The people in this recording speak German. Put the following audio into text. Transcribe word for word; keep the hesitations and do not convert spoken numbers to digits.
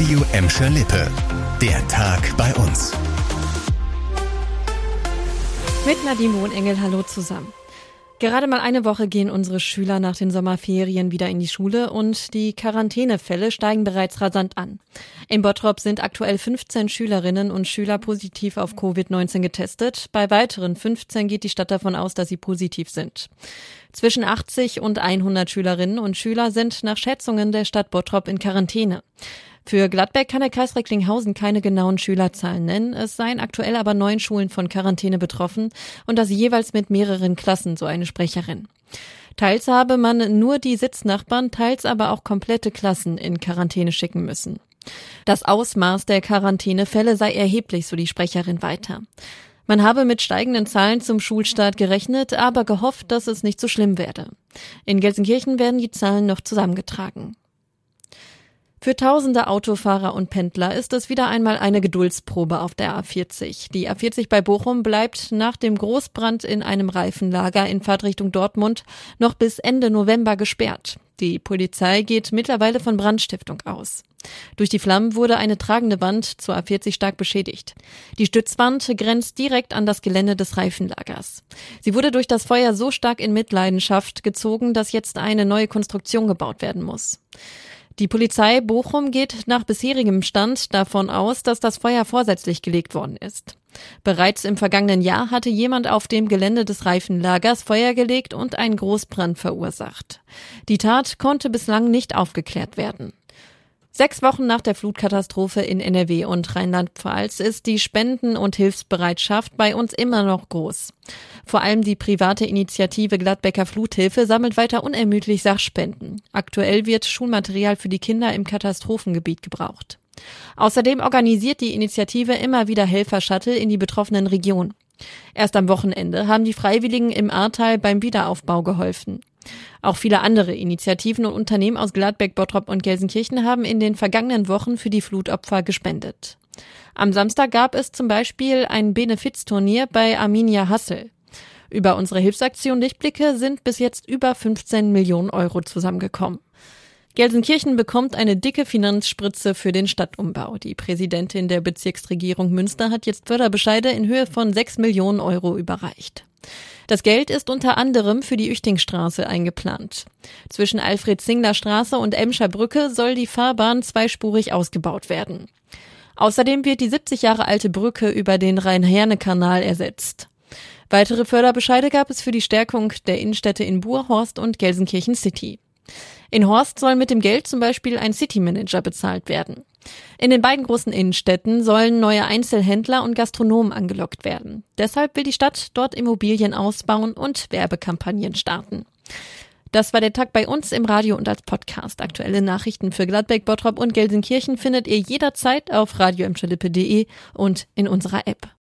Radio Emscher Lippe. Der Tag bei uns. Mit Nadine Wohnengel, hallo zusammen. Gerade mal eine Woche gehen unsere Schüler nach den Sommerferien wieder in die Schule und die Quarantänefälle steigen bereits rasant an. In Bottrop sind aktuell fünfzehn Schülerinnen und Schüler positiv auf Covid neunzehn getestet. Bei weiteren fünfzehn geht die Stadt davon aus, dass sie positiv sind. Zwischen achtzig und hundert Schülerinnen und Schüler sind nach Schätzungen der Stadt Bottrop in Quarantäne. Für Gladbeck kann der Kreis Recklinghausen keine genauen Schülerzahlen nennen. Es seien aktuell aber neun Schulen von Quarantäne betroffen und das jeweils mit mehreren Klassen, so eine Sprecherin. Teils habe man nur die Sitznachbarn, teils aber auch komplette Klassen in Quarantäne schicken müssen. Das Ausmaß der Quarantänefälle sei erheblich, so die Sprecherin weiter. Man habe mit steigenden Zahlen zum Schulstart gerechnet, aber gehofft, dass es nicht so schlimm werde. In Gelsenkirchen werden die Zahlen noch zusammengetragen. Für tausende Autofahrer und Pendler ist es wieder einmal eine Geduldsprobe auf der A vierzig. Die A vierzig bei Bochum bleibt nach dem Großbrand in einem Reifenlager in Fahrtrichtung Dortmund noch bis Ende November gesperrt. Die Polizei geht mittlerweile von Brandstiftung aus. Durch die Flammen wurde eine tragende Wand zur A vierzig stark beschädigt. Die Stützwand grenzt direkt an das Gelände des Reifenlagers. Sie wurde durch das Feuer so stark in Mitleidenschaft gezogen, dass jetzt eine neue Konstruktion gebaut werden muss. Die Polizei Bochum geht nach bisherigem Stand davon aus, dass das Feuer vorsätzlich gelegt worden ist. Bereits im vergangenen Jahr hatte jemand auf dem Gelände des Reifenlagers Feuer gelegt und einen Großbrand verursacht. Die Tat konnte bislang nicht aufgeklärt werden. Sechs Wochen nach der Flutkatastrophe in N R W und Rheinland-Pfalz ist die Spenden- und Hilfsbereitschaft bei uns immer noch groß. Vor allem die private Initiative Gladbecker Fluthilfe sammelt weiter unermüdlich Sachspenden. Aktuell wird Schulmaterial für die Kinder im Katastrophengebiet gebraucht. Außerdem organisiert die Initiative immer wieder Helfer-Shuttle in die betroffenen Regionen. Erst am Wochenende haben die Freiwilligen im Ahrtal beim Wiederaufbau geholfen. Auch viele andere Initiativen und Unternehmen aus Gladbeck, Bottrop und Gelsenkirchen haben in den vergangenen Wochen für die Flutopfer gespendet. Am Samstag gab es zum Beispiel ein Benefizturnier bei Arminia Hassel. Über unsere Hilfsaktion Lichtblicke sind bis jetzt über fünfzehn Millionen Euro zusammengekommen. Gelsenkirchen bekommt eine dicke Finanzspritze für den Stadtumbau. Die Präsidentin der Bezirksregierung Münster hat jetzt Förderbescheide in Höhe von sechs Millionen Euro überreicht. Das Geld ist unter anderem für die Üchtingstraße eingeplant. Zwischen Alfred-Zingler-Straße und Emscher Brücke soll die Fahrbahn zweispurig ausgebaut werden. Außerdem wird die siebzig Jahre alte Brücke über den Rhein-Herne-Kanal ersetzt. Weitere Förderbescheide gab es für die Stärkung der Innenstädte in Buhr, Horst und Gelsenkirchen City. In Horst soll mit dem Geld zum Beispiel ein City-Manager bezahlt werden. In den beiden großen Innenstädten sollen neue Einzelhändler und Gastronomen angelockt werden. Deshalb will die Stadt dort Immobilien ausbauen und Werbekampagnen starten. Das war der Tag bei uns im Radio und als Podcast. Aktuelle Nachrichten für Gladbeck, Bottrop und Gelsenkirchen findet ihr jederzeit auf radio emscher lippe punkt de und in unserer App.